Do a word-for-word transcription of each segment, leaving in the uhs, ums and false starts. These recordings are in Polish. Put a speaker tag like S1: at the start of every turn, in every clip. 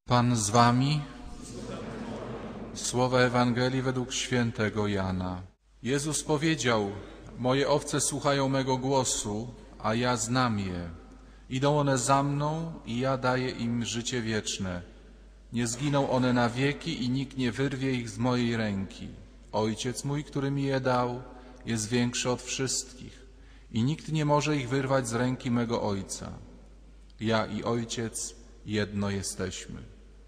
S1: Pan z wami. Słowa Ewangelii według świętego Jana. Jezus powiedział: moje owce słuchają mego głosu, a ja znam je. Idą one za mną i ja daję im życie wieczne. Nie zginą one na wieki i nikt nie wyrwie ich z mojej ręki. Ojciec mój, który mi je dał, jest większy od wszystkich i nikt nie może ich wyrwać z ręki mego Ojca. Ja i Ojciec jedno jesteśmy.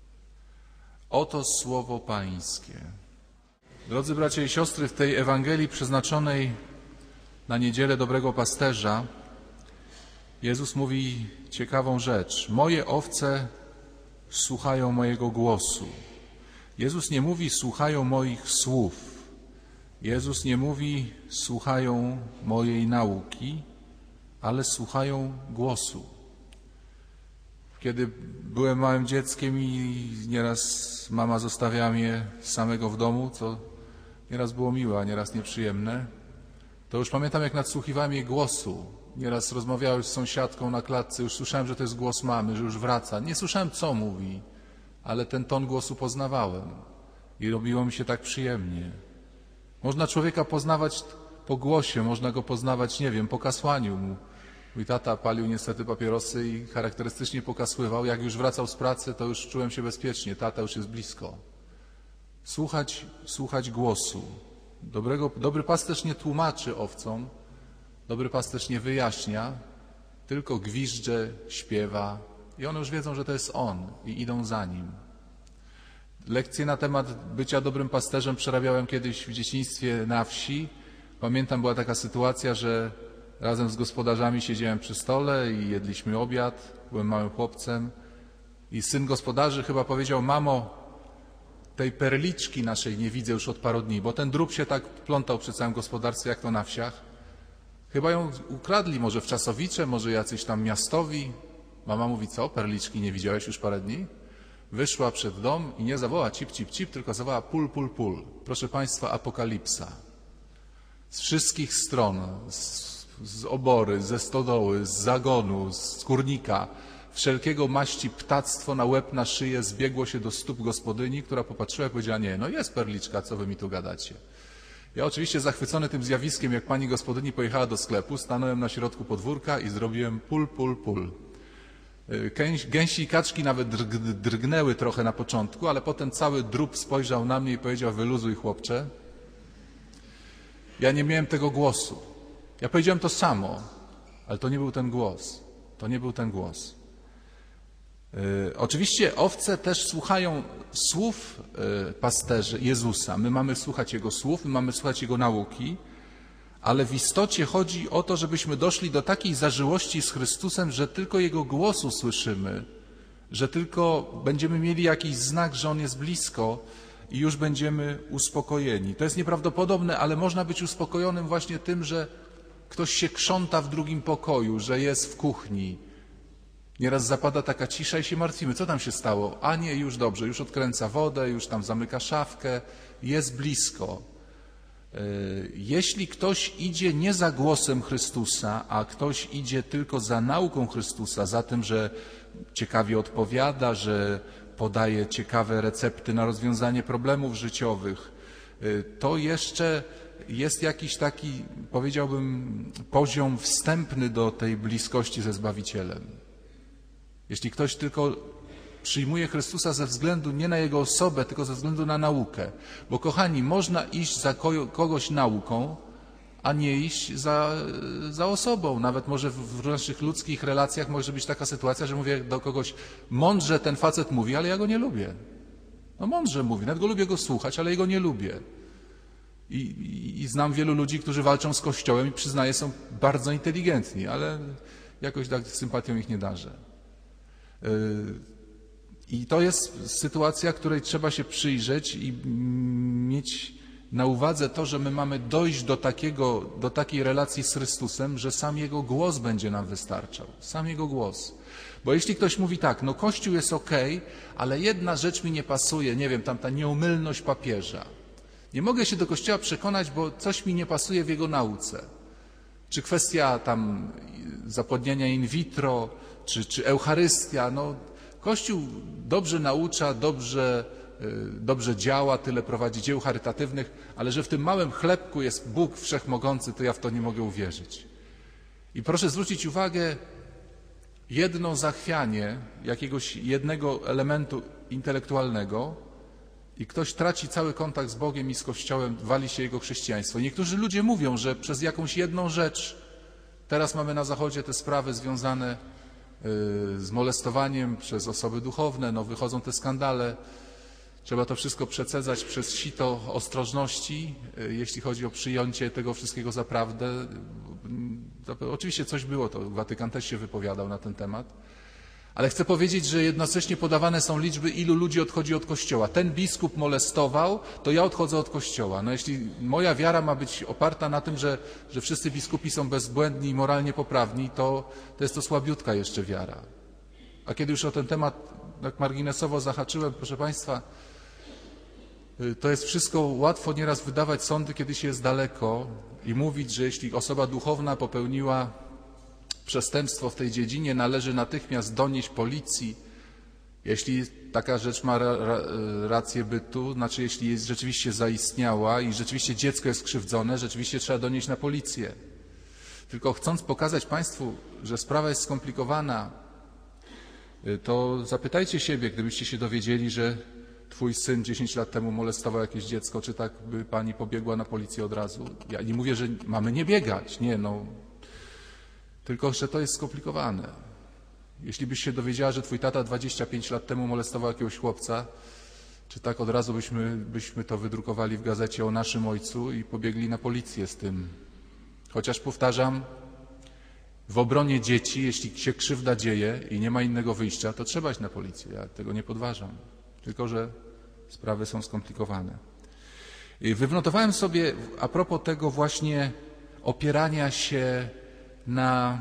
S1: Oto słowo Pańskie. Drodzy bracia i siostry, w tej Ewangelii przeznaczonej na Niedzielę Dobrego Pasterza Jezus mówi ciekawą rzecz. Moje owce słuchają mojego głosu. Jezus nie mówi słuchają moich słów. Jezus nie mówi słuchają mojej nauki, ale słuchają głosu. Kiedy byłem małym dzieckiem i nieraz mama zostawiała mnie samego w domu, co nieraz było miłe, a nieraz nieprzyjemne, to już pamiętam, jak nadsłuchiwałem jej głosu. Nieraz rozmawiałem z sąsiadką na klatce, już słyszałem, że to jest głos mamy, że już wraca. Nie słyszałem, co mówi, ale ten ton głosu poznawałem i robiło mi się tak przyjemnie. Można człowieka poznawać po głosie, można go poznawać, nie wiem, po kasłaniu. Mój tata palił niestety papierosy i charakterystycznie pokasływał. Jak już wracał z pracy, to już czułem się bezpiecznie. Tata już jest blisko. Słuchać, słuchać głosu. Dobrego, dobry pasterz nie tłumaczy owcom, dobry pasterz nie wyjaśnia, tylko gwizdże, śpiewa i one już wiedzą, że to jest on i idą za nim. Lekcje na temat bycia dobrym pasterzem przerabiałem kiedyś w dzieciństwie na wsi. Pamiętam, była taka sytuacja, że razem z gospodarzami siedziałem przy stole i jedliśmy obiad. Byłem małym chłopcem i syn gospodarzy chyba powiedział: mamo, tej perliczki naszej nie widzę już od paru dni, bo ten drób się tak plątał przy całym gospodarstwie, jak to na wsiach. Chyba ją ukradli, może w Czasowicze, może jacyś tam miastowi. Mama mówi: co, perliczki nie widziałeś już parę dni? Wyszła przed dom i nie zawoła cip, cip, cip, tylko zawoła pul, pul, pul. Proszę Państwa, apokalipsa. Z wszystkich stron, z, z obory, ze stodoły, z zagonu, z kurnika, wszelkiego maści ptactwo na łeb, na szyję zbiegło się do stóp gospodyni, która popatrzyła i powiedziała: nie, no jest perliczka, co wy mi tu gadacie? Ja oczywiście zachwycony tym zjawiskiem, jak pani gospodyni pojechała do sklepu, stanąłem na środku podwórka i zrobiłem pul, pul, pul. Gęsi i kaczki nawet drgnęły trochę na początku, ale potem cały drób spojrzał na mnie i powiedział: wyluzuj, chłopcze. Ja nie miałem tego głosu. Ja powiedziałem to samo, ale to nie był ten głos. To nie był ten głos. Yy, oczywiście owce też słuchają słów yy, pasterzy Jezusa. My mamy słuchać Jego słów, my mamy słuchać Jego nauki, ale w istocie chodzi o to, żebyśmy doszli do takiej zażyłości z Chrystusem, że tylko Jego głosu słyszymy, że tylko będziemy mieli jakiś znak, że On jest blisko i już będziemy uspokojeni. To jest nieprawdopodobne, ale można być uspokojonym właśnie tym, że ktoś się krząta w drugim pokoju, że jest w kuchni. Nieraz zapada taka cisza i się martwimy. Co tam się stało? A nie, już dobrze, już odkręca wodę, już tam zamyka szafkę, jest blisko. Jeśli ktoś idzie nie za głosem Chrystusa, a ktoś idzie tylko za nauką Chrystusa, za tym, że ciekawie odpowiada, że podaje ciekawe recepty na rozwiązanie problemów życiowych, to jeszcze jest jakiś taki, powiedziałbym, poziom wstępny do tej bliskości ze Zbawicielem. Jeśli ktoś tylko przyjmuje Chrystusa ze względu nie na Jego osobę, tylko ze względu na naukę. Bo kochani, można iść za kogoś nauką, a nie iść za, za osobą. Nawet może w naszych ludzkich relacjach może być taka sytuacja, że mówię do kogoś: mądrze ten facet mówi, ale ja go nie lubię. No mądrze mówi, nawet go lubię go słuchać, ale jego nie lubię. I, i, i znam wielu ludzi, którzy walczą z Kościołem i przyznaję, są bardzo inteligentni, ale jakoś tak sympatią ich nie darzę. I to jest sytuacja, której trzeba się przyjrzeć i mieć na uwadze to, że my mamy dojść do, takiego, do takiej relacji z Chrystusem, że sam Jego głos będzie nam wystarczał. Sam Jego głos. Bo jeśli ktoś mówi tak: no Kościół jest okej, ale jedna rzecz mi nie pasuje, nie wiem, tam ta nieomylność papieża. Nie mogę się do Kościoła przekonać, bo coś mi nie pasuje w jego nauce. Czy kwestia tam zapłodniania in vitro, czy, czy Eucharystia, no Kościół dobrze naucza, dobrze, dobrze działa, tyle prowadzi dzieł charytatywnych, ale że w tym małym chlebku jest Bóg Wszechmogący, to ja w to nie mogę uwierzyć. I proszę zwrócić uwagę, jedno zachwianie jakiegoś jednego elementu intelektualnego i ktoś traci cały kontakt z Bogiem i z Kościołem, wali się jego chrześcijaństwo. Niektórzy ludzie mówią, że przez jakąś jedną rzecz, teraz mamy na Zachodzie te sprawy związane z molestowaniem przez osoby duchowne, no wychodzą te skandale, trzeba to wszystko przecedzać przez sito ostrożności, jeśli chodzi o przyjęcie tego wszystkiego za prawdę. Oczywiście coś było, to Watykan też się wypowiadał na ten temat, ale chcę powiedzieć, że jednocześnie podawane są liczby, ilu ludzi odchodzi od Kościoła. Ten biskup molestował, to ja odchodzę od Kościoła. No jeśli moja wiara ma być oparta na tym, że, że wszyscy biskupi są bezbłędni i moralnie poprawni, to, to jest to słabiutka jeszcze wiara. A kiedy już o ten temat tak marginesowo zahaczyłem, proszę Państwa, to jest wszystko łatwo nieraz wydawać sądy, kiedy się jest daleko i mówić, że jeśli osoba duchowna popełniła przestępstwo w tej dziedzinie, należy natychmiast donieść policji. Jeśli taka rzecz ma ra, ra, rację bytu, znaczy jeśli jest rzeczywiście zaistniała i rzeczywiście dziecko jest skrzywdzone, rzeczywiście trzeba donieść na policję. Tylko chcąc pokazać Państwu, że sprawa jest skomplikowana, to zapytajcie siebie, gdybyście się dowiedzieli, że Twój syn dziesięć lat temu molestował jakieś dziecko, czy tak by Pani pobiegła na policję od razu? Ja nie mówię, że mamy nie biegać, nie, no. Tylko że to jest skomplikowane. Jeśli byś się dowiedziała, że Twój tata dwadzieścia pięć lat temu molestował jakiegoś chłopca, czy tak od razu byśmy, byśmy to wydrukowali w gazecie o naszym ojcu i pobiegli na policję z tym. Chociaż powtarzam, w obronie dzieci, jeśli się krzywda dzieje i nie ma innego wyjścia, to trzeba iść na policję. Ja tego nie podważam. Tylko że sprawy są skomplikowane. I wynotowałem sobie a propos tego właśnie opierania się na,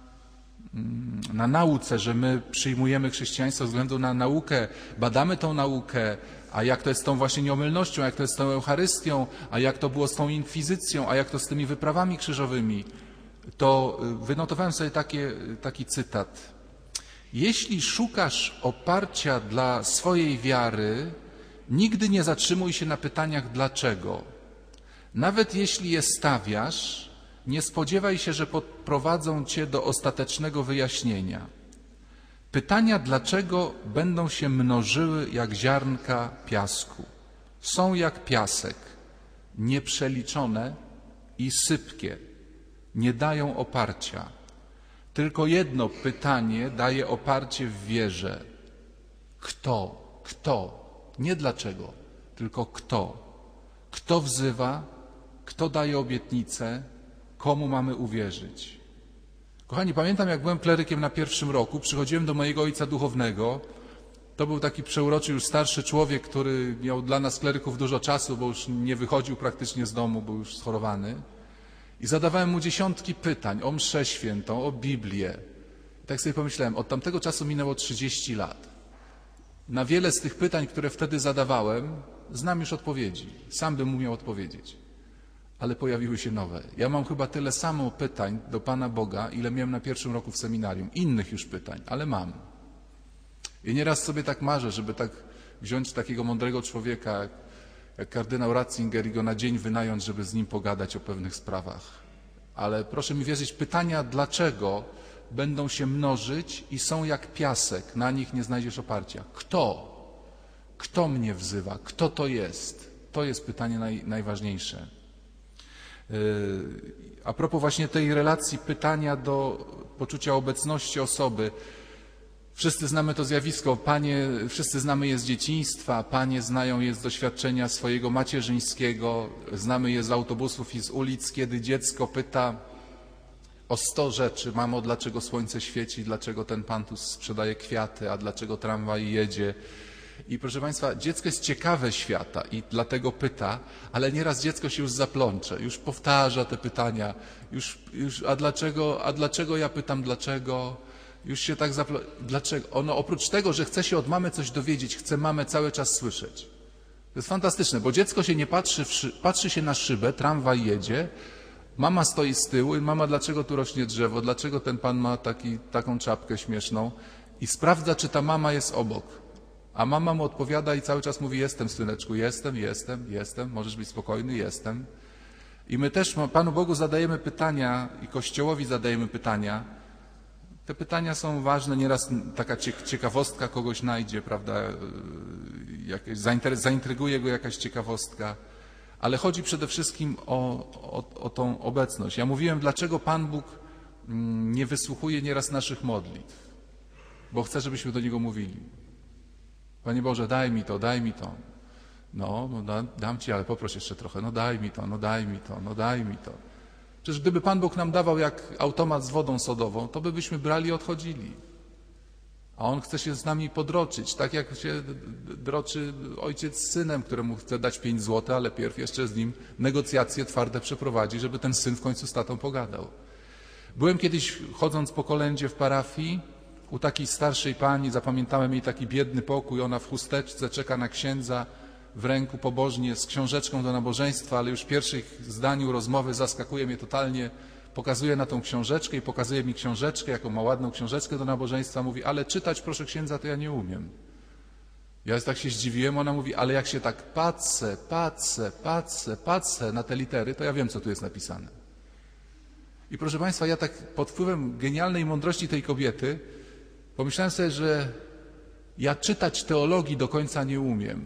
S1: na nauce, że my przyjmujemy chrześcijaństwo ze względu na naukę, badamy tą naukę, a jak to jest z tą właśnie nieomylnością, jak to jest z tą Eucharystią, a jak to było z tą inkwizycją, a jak to z tymi wyprawami krzyżowymi, to wynotowałem sobie takie, taki cytat. Jeśli szukasz oparcia dla swojej wiary, nigdy nie zatrzymuj się na pytaniach dlaczego. Nawet jeśli je stawiasz, nie spodziewaj się, że podprowadzą cię do ostatecznego wyjaśnienia. Pytania dlaczego będą się mnożyły jak ziarnka piasku. Są jak piasek, nieprzeliczone i sypkie, nie dają oparcia. Tylko jedno pytanie daje oparcie w wierze. Kto? Kto? Nie dlaczego, tylko kto? Kto wzywa? Kto daje obietnicę? Komu mamy uwierzyć? Kochani, pamiętam, jak byłem klerykiem na pierwszym roku, przychodziłem do mojego ojca duchownego. To był taki przeuroczy, już starszy człowiek, który miał dla nas kleryków dużo czasu, bo już nie wychodził praktycznie z domu, był już schorowany. I zadawałem mu dziesiątki pytań o mszę świętą, o Biblię. I tak sobie pomyślałem, od tamtego czasu minęło trzydzieści lat. Na wiele z tych pytań, które wtedy zadawałem, znam już odpowiedzi. Sam bym umiał odpowiedzieć. Ale pojawiły się nowe. Ja mam chyba tyle samo pytań do Pana Boga, ile miałem na pierwszym roku w seminarium. Innych już pytań, ale mam. I nieraz sobie tak marzę, żeby tak wziąć takiego mądrego człowieka, jak, jak kardynał Ratzinger i go na dzień wynająć, żeby z nim pogadać o pewnych sprawach. Ale proszę mi wierzyć, pytania dlaczego będą się mnożyć i są jak piasek, na nich nie znajdziesz oparcia. Kto? Kto mnie wzywa? Kto to jest? To jest pytanie naj, najważniejsze. A propos właśnie tej relacji pytania do poczucia obecności osoby. Wszyscy znamy to zjawisko, panie, wszyscy znamy je z dzieciństwa, panie znają je z doświadczenia swojego macierzyńskiego, znamy je z autobusów i z ulic, kiedy dziecko pyta o sto rzeczy. Mamo, dlaczego słońce świeci, dlaczego ten pan tu sprzedaje kwiaty, a dlaczego tramwaj jedzie. I proszę Państwa, dziecko jest ciekawe świata i dlatego pyta, ale nieraz dziecko się już zaplącze, już powtarza te pytania, już, już a dlaczego, a dlaczego ja pytam dlaczego, już się tak zaplącze. Dlaczego? Ono oprócz tego, że chce się od mamy coś dowiedzieć, chce mamę cały czas słyszeć. To jest fantastyczne, bo dziecko się nie patrzy, w szy... patrzy się na szybę, tramwaj jedzie, mama stoi z tyłu i mama, dlaczego tu rośnie drzewo, dlaczego ten pan ma taki, taką czapkę śmieszną. i sprawdza, czy ta mama jest obok. A mama mu odpowiada i cały czas mówi: jestem, syneczku, jestem, jestem, jestem, możesz być spokojny, jestem. I my też Panu Bogu zadajemy pytania i Kościołowi zadajemy pytania. Te pytania są ważne, nieraz taka ciekawostka kogoś najdzie, prawda, jakieś, zaintryguje go jakaś ciekawostka, ale chodzi przede wszystkim o, o, o tą obecność. Ja mówiłem, dlaczego Pan Bóg nie wysłuchuje nieraz naszych modlitw, bo chce, żebyśmy do Niego mówili: Panie Boże, daj mi to, daj mi to. No, no da, dam Ci, ale poproś jeszcze trochę. No daj mi to, no daj mi to, no daj mi to. Przecież gdyby Pan Bóg nam dawał jak automat z wodą sodową, to by byśmy brali i odchodzili. A On chce się z nami podroczyć, tak jak się droczy ojciec z synem, któremu chce dać pięć złotych, ale pierw jeszcze z nim negocjacje twarde przeprowadzi, żeby ten syn w końcu z tatą pogadał. Byłem kiedyś, chodząc po kolędzie w parafii, u takiej starszej pani, zapamiętałem jej taki biedny pokój, ona w chusteczce czeka na księdza, w ręku pobożnie z książeczką do nabożeństwa, ale już w pierwszych zdaniu rozmowy zaskakuje mnie totalnie, pokazuje na tą książeczkę i pokazuje mi książeczkę, jaką ma ładną książeczkę do nabożeństwa, mówi: ale czytać, proszę księdza, to ja nie umiem. Ja tak się zdziwiłem, ona mówi: ale jak się tak patrzę, patrzę, patrzę, patrzę na te litery, to ja wiem, co tu jest napisane. I proszę Państwa, ja tak pod wpływem genialnej mądrości tej kobiety pomyślałem sobie, że ja czytać teologii do końca nie umiem.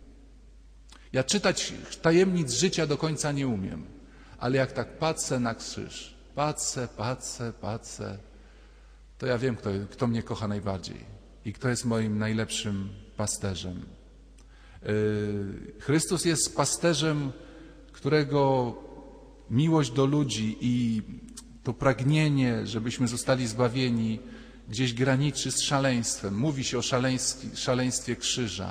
S1: Ja czytać tajemnic życia do końca nie umiem. Ale jak tak patrzę na krzyż, patrzę, patrzę, patrzę, to ja wiem, kto, kto mnie kocha najbardziej i kto jest moim najlepszym pasterzem. Chrystus jest pasterzem, którego miłość do ludzi i to pragnienie, żebyśmy zostali zbawieni, gdzieś graniczy z szaleństwem. Mówi się o szaleństwie krzyża.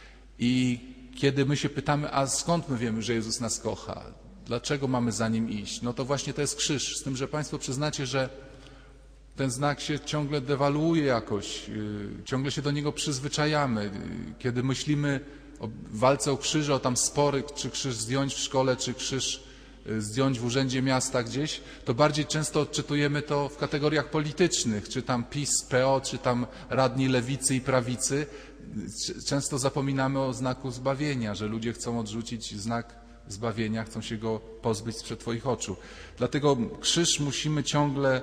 S1: I kiedy my się pytamy, a skąd my wiemy, że Jezus nas kocha? Dlaczego mamy za Nim iść? No to właśnie to jest krzyż. Z tym, że Państwo przyznacie, że ten znak się ciągle dewaluuje jakoś, ciągle się do niego przyzwyczajamy. Kiedy myślimy o walce o krzyże, o tam spory, czy krzyż zdjąć w szkole, czy krzyż zdjąć w urzędzie miasta gdzieś, to bardziej często odczytujemy to w kategoriach politycznych, czy tam PiS, P O, czy tam radni lewicy i prawicy. Często zapominamy o znaku zbawienia, że ludzie chcą odrzucić znak zbawienia, chcą się go pozbyć sprzed Twoich oczu. Dlatego krzyż musimy ciągle,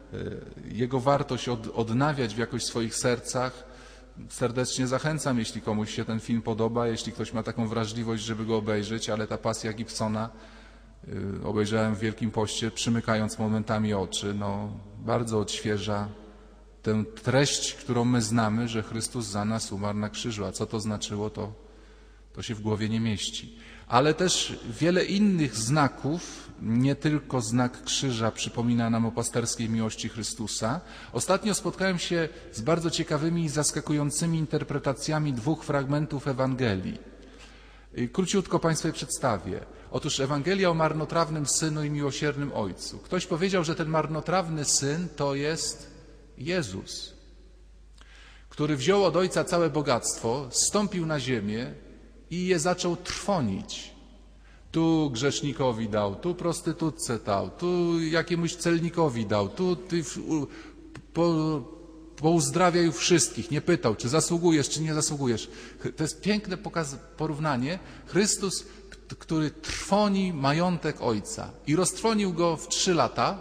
S1: jego wartość od, odnawiać w jakoś swoich sercach. Serdecznie zachęcam, jeśli komuś się ten film podoba, jeśli ktoś ma taką wrażliwość, żeby go obejrzeć, ale ta pasja Gibsona obejrzałem w Wielkim Poście, przymykając momentami oczy, no bardzo odświeża tę treść, którą my znamy, że Chrystus za nas umarł na krzyżu. A co to znaczyło, to, to się w głowie nie mieści. Ale też wiele innych znaków, nie tylko znak krzyża, przypomina nam o pasterskiej miłości Chrystusa. Ostatnio spotkałem się z bardzo ciekawymi i zaskakującymi interpretacjami dwóch fragmentów Ewangelii. Króciutko Państwu je przedstawię. Otóż Ewangelia o marnotrawnym synu i miłosiernym ojcu. Ktoś powiedział, że ten marnotrawny syn to jest Jezus, który wziął od ojca całe bogactwo, zstąpił na ziemię i je zaczął trwonić. Tu grzesznikowi dał, tu prostytutce dał, tu jakiemuś celnikowi dał, tu ty po, pouzdrawiaj wszystkich. Nie pytał, czy zasługujesz, czy nie zasługujesz. To jest piękne pokaz, porównanie. Chrystus, który trwoni majątek Ojca i roztrwonił go w trzy lata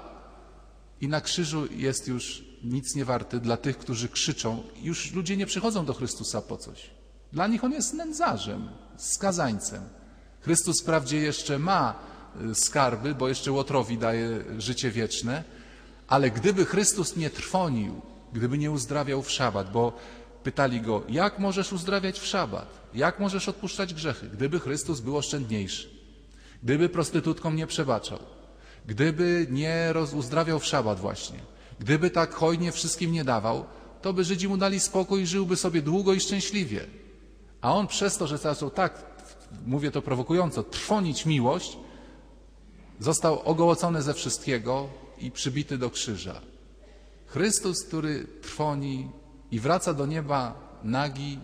S1: i na krzyżu jest już nic nie warty dla tych, którzy krzyczą. Już ludzie nie przychodzą do Chrystusa po coś. Dla nich On jest nędzarzem, skazańcem. Chrystus wprawdzie jeszcze ma skarby, bo jeszcze łotrowi daje życie wieczne, ale gdyby Chrystus nie trwonił, gdyby nie uzdrawiał w szabat, bo pytali Go, jak możesz uzdrawiać w szabat? Jak możesz odpuszczać grzechy? Gdyby Chrystus był oszczędniejszy, gdyby prostytutkom nie przebaczał, gdyby nie uzdrawiał w szabat właśnie, gdyby tak hojnie wszystkim nie dawał, to by Żydzi mu dali spokój i żyłby sobie długo i szczęśliwie. A on przez to, że zaczął tak, mówię to prowokująco, trwonić miłość, został ogołocony ze wszystkiego i przybity do krzyża. Chrystus, który trwoni i wraca do nieba nagi,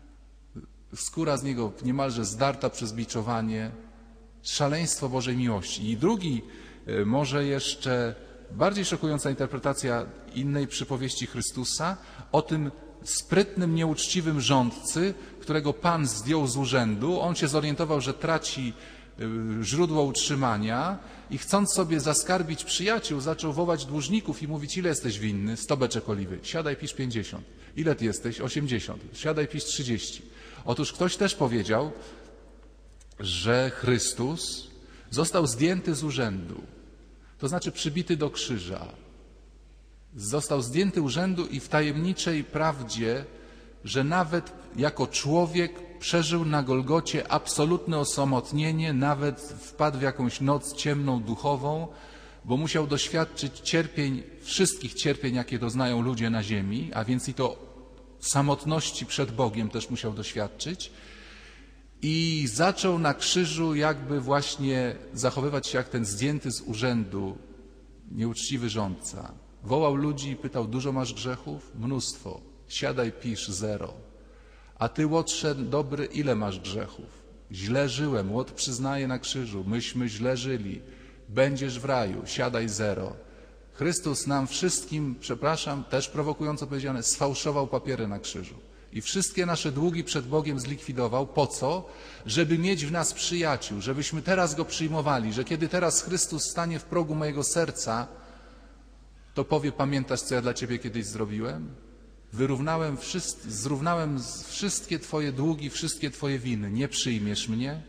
S1: skóra z niego niemalże zdarta przez biczowanie, szaleństwo Bożej miłości. I drugi, może jeszcze bardziej szokująca interpretacja innej przypowieści Chrystusa o tym sprytnym, nieuczciwym rządcy, którego Pan zdjął z urzędu. On się zorientował, że traci źródło utrzymania i chcąc sobie zaskarbić przyjaciół, zaczął wołać dłużników i mówić: ile jesteś winny? sto beczek oliwy. Siadaj, pisz pięćdziesiąt. Ile ty jesteś? osiemdziesiąt. Siadaj, pisz trzydzieści. Otóż ktoś też powiedział, że Chrystus został zdjęty z urzędu, to znaczy przybity do krzyża. Został zdjęty urzędu i w tajemniczej prawdzie, że nawet jako człowiek przeżył na Golgocie absolutne osamotnienie, nawet wpadł w jakąś noc ciemną, duchową, bo musiał doświadczyć cierpień, wszystkich cierpień, jakie doznają ludzie na ziemi, a więc i to samotności przed Bogiem też musiał doświadczyć. I zaczął na krzyżu jakby właśnie zachowywać się jak ten zdjęty z urzędu nieuczciwy rządca. Wołał ludzi i pytał: dużo masz grzechów? Mnóstwo. Siadaj, pisz zero. A ty, Łotrze dobry, ile masz grzechów? Źle żyłem. Łotr przyznaje na krzyżu: myśmy źle żyli. Będziesz w raju. Siadaj, zero. Chrystus nam wszystkim, przepraszam, też prowokująco powiedziane, sfałszował papiery na krzyżu. I wszystkie nasze długi przed Bogiem zlikwidował. Po co? Żeby mieć w nas przyjaciół, żebyśmy teraz Go przyjmowali, że kiedy teraz Chrystus stanie w progu mojego serca, to powie: pamiętasz, co ja dla Ciebie kiedyś zrobiłem? Wyrównałem, wszyst- zrównałem wszystkie Twoje długi, wszystkie Twoje winy. Nie przyjmiesz mnie?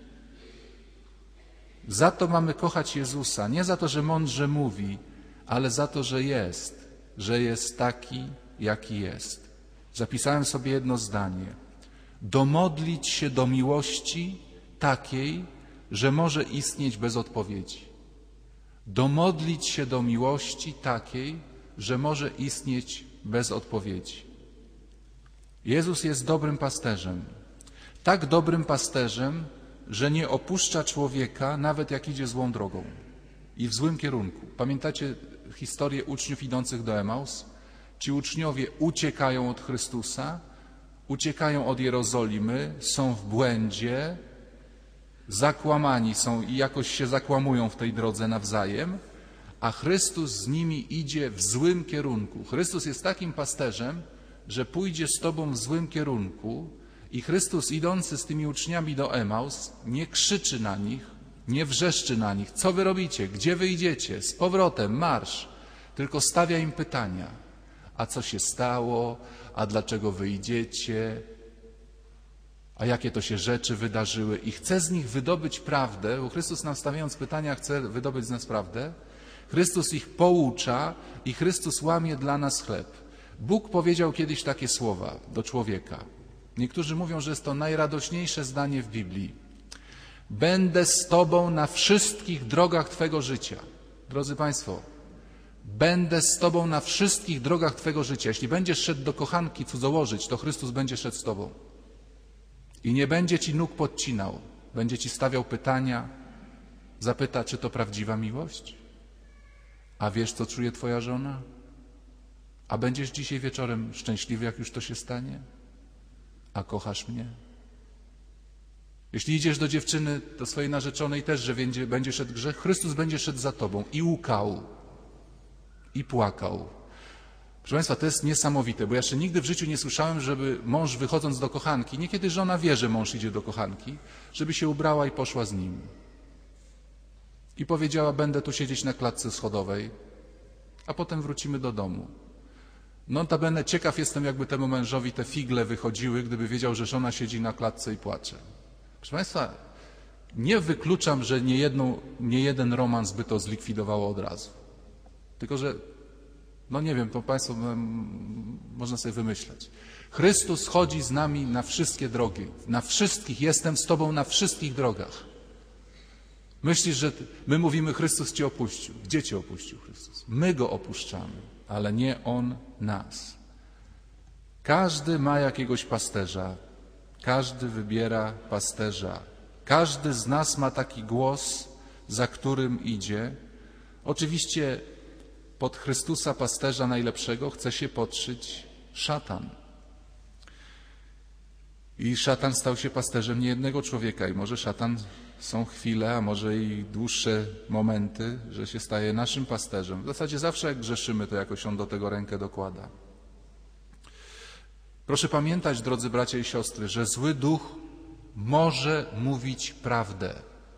S1: Za to mamy kochać Jezusa. Nie za to, że mądrze mówi, ale za to, że jest. Że jest taki, jaki jest. Zapisałem sobie jedno zdanie. Domodlić się do miłości takiej, że może istnieć bez odpowiedzi. Domodlić się do miłości takiej, że może istnieć bez odpowiedzi. Jezus jest dobrym pasterzem. Tak dobrym pasterzem, że nie opuszcza człowieka, nawet jak idzie złą drogą i w złym kierunku. Pamiętacie historię uczniów idących do Emaus? Ci uczniowie uciekają od Chrystusa, uciekają od Jerozolimy, są w błędzie, zakłamani są i jakoś się zakłamują w tej drodze nawzajem, a Chrystus z nimi idzie w złym kierunku. Chrystus jest takim pasterzem, że pójdzie z tobą w złym kierunku i Chrystus, idący z tymi uczniami do Emaus, nie krzyczy na nich, nie wrzeszczy na nich: co wy robicie, gdzie wy idziecie, z powrotem, marsz, tylko stawia im pytania. A co się stało? A dlaczego wy idziecie? A jakie to się rzeczy wydarzyły? I chce z nich wydobyć prawdę, bo Chrystus nam stawiając pytania chce wydobyć z nas prawdę. Chrystus ich poucza i Chrystus łamie dla nas chleb. Bóg powiedział kiedyś takie słowa do człowieka. Niektórzy mówią, że jest to najradośniejsze zdanie w Biblii. Będę z tobą na wszystkich drogach twego życia. Drodzy Państwo, będę z tobą na wszystkich drogach twego życia. Jeśli będziesz szedł do kochanki cudzołożyć, to Chrystus będzie szedł z tobą. I nie będzie ci nóg podcinał. Będzie ci stawiał pytania. Zapyta, czy to prawdziwa miłość? A wiesz, co czuje twoja żona? A będziesz dzisiaj wieczorem szczęśliwy, jak już to się stanie? A kochasz mnie? Jeśli idziesz do dziewczyny, do swojej narzeczonej też, że będzie, będzie szedł grzech, Chrystus będzie szedł za tobą i łkał, i płakał. Proszę Państwa, to jest niesamowite, bo ja jeszcze nigdy w życiu nie słyszałem, żeby mąż wychodząc do kochanki, niekiedy żona wie, że mąż idzie do kochanki, żeby się ubrała i poszła z nim. I powiedziała: będę tu siedzieć na klatce schodowej, a potem wrócimy do domu. Notabene ciekaw jestem, jakby temu mężowi te figle wychodziły, gdyby wiedział, że żona siedzi na klatce i płacze. Proszę Państwa, nie wykluczam, że nie, jedną, nie jeden romans by to zlikwidowało od razu. Tylko że, no nie wiem, to Państwo można sobie wymyślać. Chrystus chodzi z nami na wszystkie drogi. Na wszystkich. Jestem z Tobą na wszystkich drogach. Myślisz, że ty, my mówimy: Chrystus Cię opuścił. Gdzie Cię opuścił Chrystus? My Go opuszczamy, ale nie On nas. Każdy ma jakiegoś pasterza. Każdy wybiera pasterza. Każdy z nas ma taki głos, za którym idzie. Oczywiście pod Chrystusa, pasterza najlepszego, chce się podszyć szatan. I szatan stał się pasterzem niejednego człowieka. I może szatan są chwile, a może i dłuższe momenty, że się staje naszym pasterzem. W zasadzie zawsze jak grzeszymy, to jakoś on do tego rękę dokłada. Proszę pamiętać, drodzy bracia i siostry, że zły duch może mówić prawdę.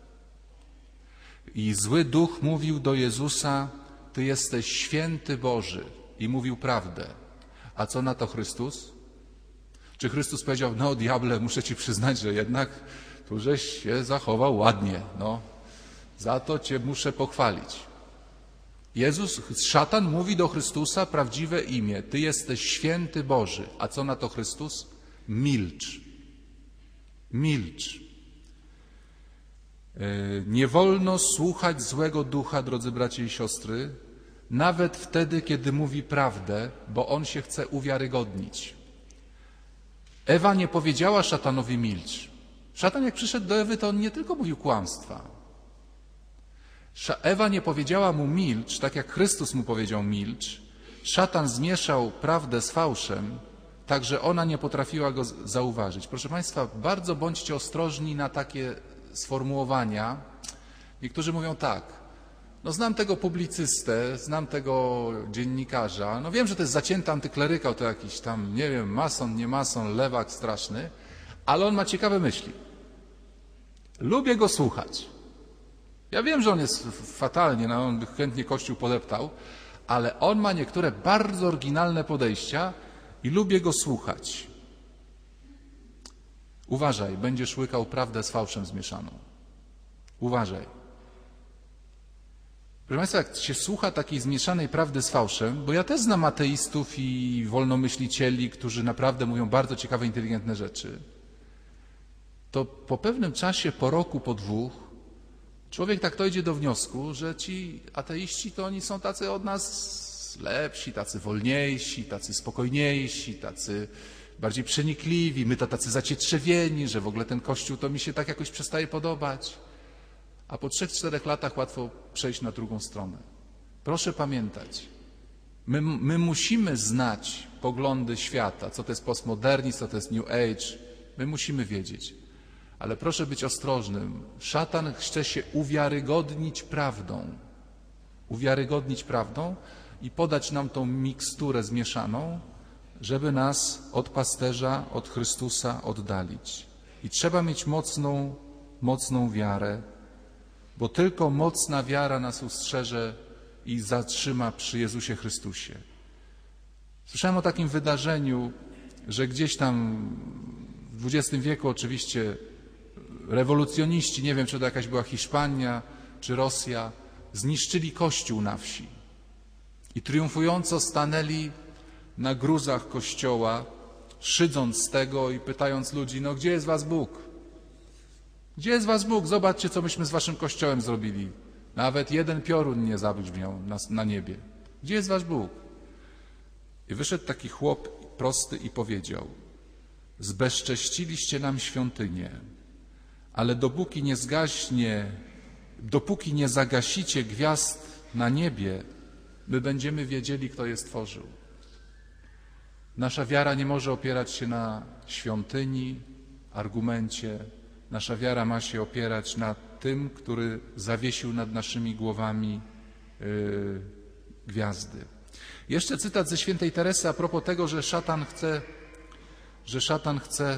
S1: I zły duch mówił do Jezusa: Ty jesteś święty Boży, i mówił prawdę. A co na to Chrystus? Czy Chrystus powiedział: no diable, muszę ci przyznać, że jednak tu żeś się zachował ładnie, no, za to cię muszę pochwalić. Jezus, szatan mówi do Chrystusa prawdziwe imię: Ty jesteś święty Boży. A co na to Chrystus? Milcz. Milcz. Nie wolno słuchać złego ducha, drodzy bracia i siostry, nawet wtedy, kiedy mówi prawdę, bo on się chce uwiarygodnić. Ewa nie powiedziała szatanowi milcz. Szatan jak przyszedł do Ewy, to on nie tylko mówił kłamstwa. Ewa nie powiedziała mu milcz, tak jak Chrystus mu powiedział milcz. Szatan zmieszał prawdę z fałszem, tak że ona nie potrafiła go zauważyć. Proszę Państwa, bardzo bądźcie ostrożni na takie sformułowania. Niektórzy mówią tak: no znam tego publicystę, znam tego dziennikarza, no wiem, że to jest zacięty antyklerykał, to jakiś tam, nie wiem, mason, nie mason, lewak straszny, ale on ma ciekawe myśli. Lubię go słuchać. Ja wiem, że on jest fatalnie, no on by chętnie Kościół podeptał, ale on ma niektóre bardzo oryginalne podejścia i lubię go słuchać. Uważaj, będziesz łykał prawdę z fałszem zmieszaną. Uważaj. Proszę Państwa, jak się słucha takiej zmieszanej prawdy z fałszem, bo ja też znam ateistów i wolnomyślicieli, którzy naprawdę mówią bardzo ciekawe, inteligentne rzeczy, to po pewnym czasie, po roku, po dwóch, człowiek tak dojdzie do wniosku, że ci ateiści to oni są tacy od nas lepsi, tacy wolniejsi, tacy spokojniejsi, tacy bardziej przenikliwi, my to tacy zacietrzewieni, że w ogóle ten Kościół to mi się tak jakoś przestaje podobać. A po trzech, czterech latach łatwo przejść na drugą stronę. Proszę pamiętać, my, my musimy znać poglądy świata, co to jest postmodernizm, co to jest New Age. My musimy wiedzieć. Ale proszę być ostrożnym. Szatan chce się uwiarygodnić prawdą. Uwiarygodnić prawdą i podać nam tą miksturę zmieszaną, żeby nas od pasterza, od Chrystusa oddalić. I trzeba mieć mocną, mocną wiarę, bo tylko mocna wiara nas ustrzeże i zatrzyma przy Jezusie Chrystusie. Słyszałem o takim wydarzeniu, że gdzieś tam w dwudziestym wieku oczywiście rewolucjoniści, nie wiem, czy to jakaś była Hiszpania, czy Rosja, zniszczyli kościół na wsi i triumfująco stanęli na gruzach kościoła, szydząc z tego i pytając ludzi: no gdzie jest was Bóg? Gdzie jest was Bóg? Zobaczcie, co myśmy z waszym kościołem zrobili. Nawet jeden piorun nie zabrzmiał na, na niebie. Gdzie jest wasz Bóg? I wyszedł taki chłop prosty i powiedział: zbezcześciliście nam świątynię, ale dopóki nie zgaśnie, dopóki nie zagasicie gwiazd na niebie, my będziemy wiedzieli, kto je stworzył. Nasza wiara nie może opierać się na świątyni, argumencie. Nasza wiara ma się opierać na tym, który zawiesił nad naszymi głowami yy, gwiazdy. Jeszcze cytat ze świętej Teresy a propos tego, że szatan chce, że szatan chce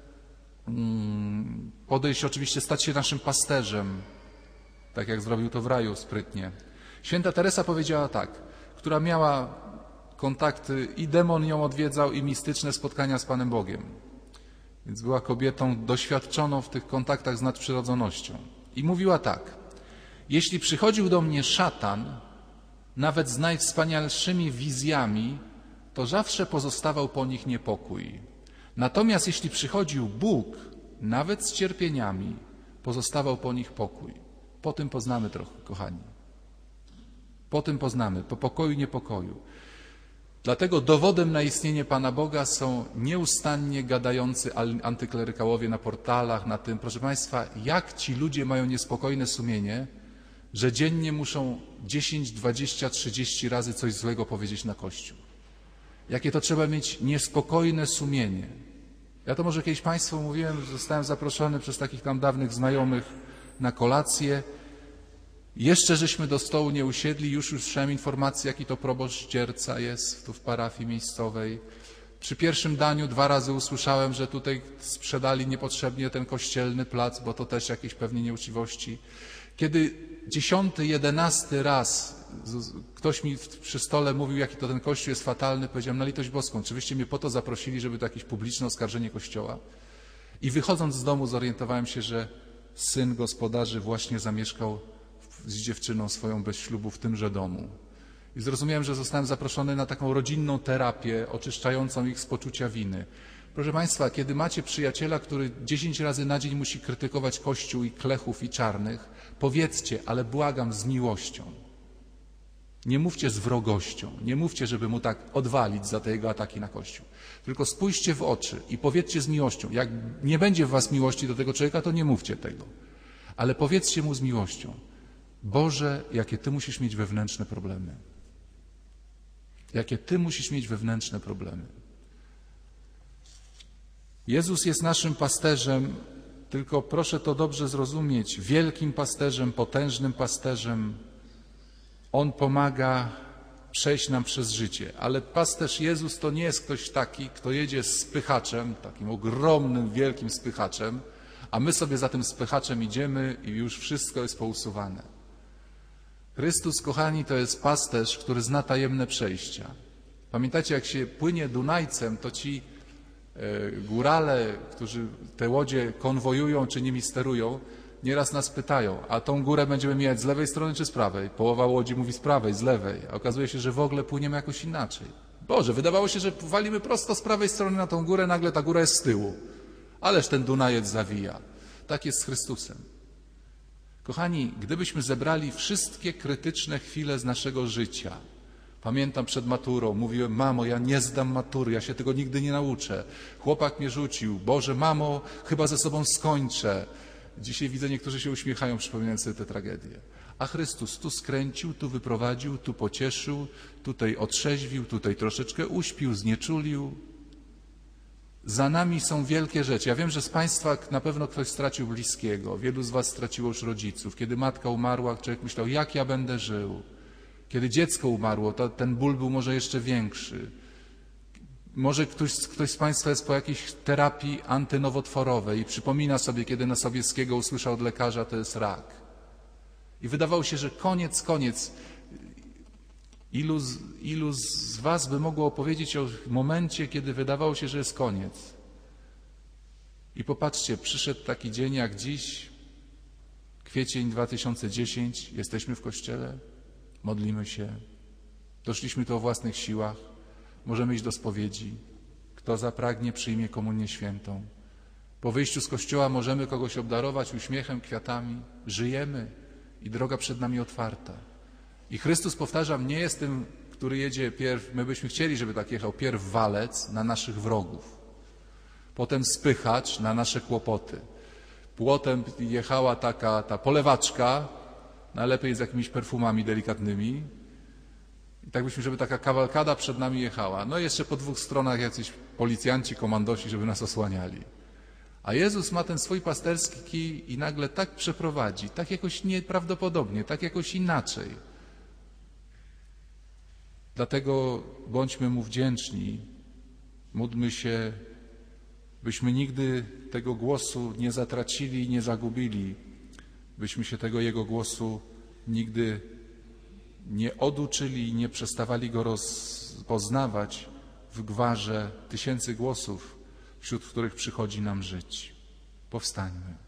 S1: mm, podejść, oczywiście stać się naszym pasterzem, tak jak zrobił to w raju sprytnie. Święta Teresa powiedziała tak, która miała kontakty, i demon ją odwiedzał, i mistyczne spotkania z Panem Bogiem. Więc była kobietą doświadczoną w tych kontaktach z nadprzyrodzonością. I mówiła tak: jeśli przychodził do mnie szatan, nawet z najwspanialszymi wizjami, to zawsze pozostawał po nich niepokój. Natomiast jeśli przychodził Bóg, nawet z cierpieniami, pozostawał po nich pokój. Po tym poznamy trochę, kochani. Po tym poznamy, po pokoju i niepokoju. Dlatego dowodem na istnienie Pana Boga są nieustannie gadający antyklerykałowie na portalach, na tym. Proszę Państwa, jak ci ludzie mają niespokojne sumienie, że dziennie muszą dziesięć, dwadzieścia, trzydzieści razy coś złego powiedzieć na Kościół. Jakie to trzeba mieć niespokojne sumienie. Ja to może kiedyś Państwu mówiłem, że zostałem zaproszony przez takich tam dawnych znajomych na kolację. Jeszcze żeśmy do stołu nie usiedli, już usłyszałem informację, jaki to proboszcz Dzierca jest tu w parafii miejscowej. Przy pierwszym daniu dwa razy usłyszałem, że tutaj sprzedali niepotrzebnie ten kościelny plac, bo to też jakieś pewnie nieuczciwości. Kiedy dziesiąty, jedenasty raz ktoś mi przy stole mówił, jaki to ten kościół jest fatalny, powiedziałem, na litość boską, oczywiście mnie po to zaprosili, żeby to jakieś publiczne oskarżenie kościoła. I wychodząc z domu zorientowałem się, że syn gospodarzy właśnie zamieszkał z dziewczyną swoją bez ślubu w tymże domu. I zrozumiałem, że zostałem zaproszony na taką rodzinną terapię oczyszczającą ich z poczucia winy. Proszę Państwa, kiedy macie przyjaciela, który dziesięć razy na dzień musi krytykować Kościół i klechów i czarnych, powiedzcie, ale błagam, z miłością. Nie mówcie z wrogością, nie mówcie, żeby mu tak odwalić za te jego ataki na Kościół. Tylko spójrzcie w oczy i powiedzcie z miłością. Jak nie będzie w was miłości do tego człowieka, to nie mówcie tego. Ale powiedzcie mu z miłością. Boże, jakie Ty musisz mieć wewnętrzne problemy. Jakie Ty musisz mieć wewnętrzne problemy. Jezus jest naszym pasterzem, tylko proszę to dobrze zrozumieć, wielkim pasterzem, potężnym pasterzem. On pomaga przejść nam przez życie, ale pasterz Jezus to nie jest ktoś taki, kto jedzie z spychaczem, takim ogromnym, wielkim spychaczem, a my sobie za tym spychaczem idziemy i już wszystko jest pousuwane. Chrystus, kochani, to jest pasterz, który zna tajemne przejścia. Pamiętacie, jak się płynie Dunajcem, to ci górale, którzy te łodzie konwojują czy nimi sterują, nieraz nas pytają, a tą górę będziemy mijać z lewej strony czy z prawej? Połowa łodzi mówi z prawej, z lewej, a okazuje się, że w ogóle płyniemy jakoś inaczej. Boże, wydawało się, że walimy prosto z prawej strony na tą górę, nagle ta góra jest z tyłu. Ależ ten Dunajec zawija. Tak jest z Chrystusem. Kochani, gdybyśmy zebrali wszystkie krytyczne chwile z naszego życia, pamiętam przed maturą, mówiłem, mamo, ja nie zdam matury, ja się tego nigdy nie nauczę. Chłopak mnie rzucił, Boże, mamo, chyba ze sobą skończę. Dzisiaj widzę, niektórzy się uśmiechają, przypominając sobie tę tragedię. A Chrystus tu skręcił, tu wyprowadził, tu pocieszył, tutaj otrzeźwił, tutaj troszeczkę uśpił, znieczulił. Za nami są wielkie rzeczy. Ja wiem, że z Państwa na pewno ktoś stracił bliskiego. Wielu z Was straciło już rodziców. Kiedy matka umarła, człowiek myślał, jak ja będę żył. Kiedy dziecko umarło, to ten ból był może jeszcze większy. Może ktoś, ktoś z Państwa jest po jakiejś terapii antynowotworowej i przypomina sobie, kiedy na Sobieskiego usłyszał od lekarza, to jest rak. I wydawało się, że koniec, koniec. Ilu z, ilu z Was by mogło opowiedzieć o momencie, kiedy wydawało się, że jest koniec? I popatrzcie, przyszedł taki dzień jak dziś, kwiecień dwa tysiące dziesiąty, jesteśmy w kościele, modlimy się, doszliśmy tu o własnych siłach, możemy iść do spowiedzi. Kto zapragnie, przyjmie komunię świętą. Po wyjściu z kościoła możemy kogoś obdarować uśmiechem, kwiatami. Żyjemy i droga przed nami otwarta. I Chrystus, powtarzam, nie jest tym, który jedzie pierw, my byśmy chcieli, żeby tak jechał, pierw walec na naszych wrogów, potem spychacz na nasze kłopoty. Potem jechała taka ta polewaczka, najlepiej z jakimiś perfumami delikatnymi. I tak byśmy, żeby taka kawalkada przed nami jechała. No i jeszcze po dwóch stronach jacyś policjanci, komandosi, żeby nas osłaniali. A Jezus ma ten swój pasterski kij i nagle tak przeprowadzi, tak jakoś nieprawdopodobnie, tak jakoś inaczej. Dlatego bądźmy Mu wdzięczni, módlmy się, byśmy nigdy tego głosu nie zatracili i nie zagubili, byśmy się tego Jego głosu nigdy nie oduczyli i nie przestawali Go rozpoznawać w gwarze tysięcy głosów, wśród których przychodzi nam żyć. Powstańmy.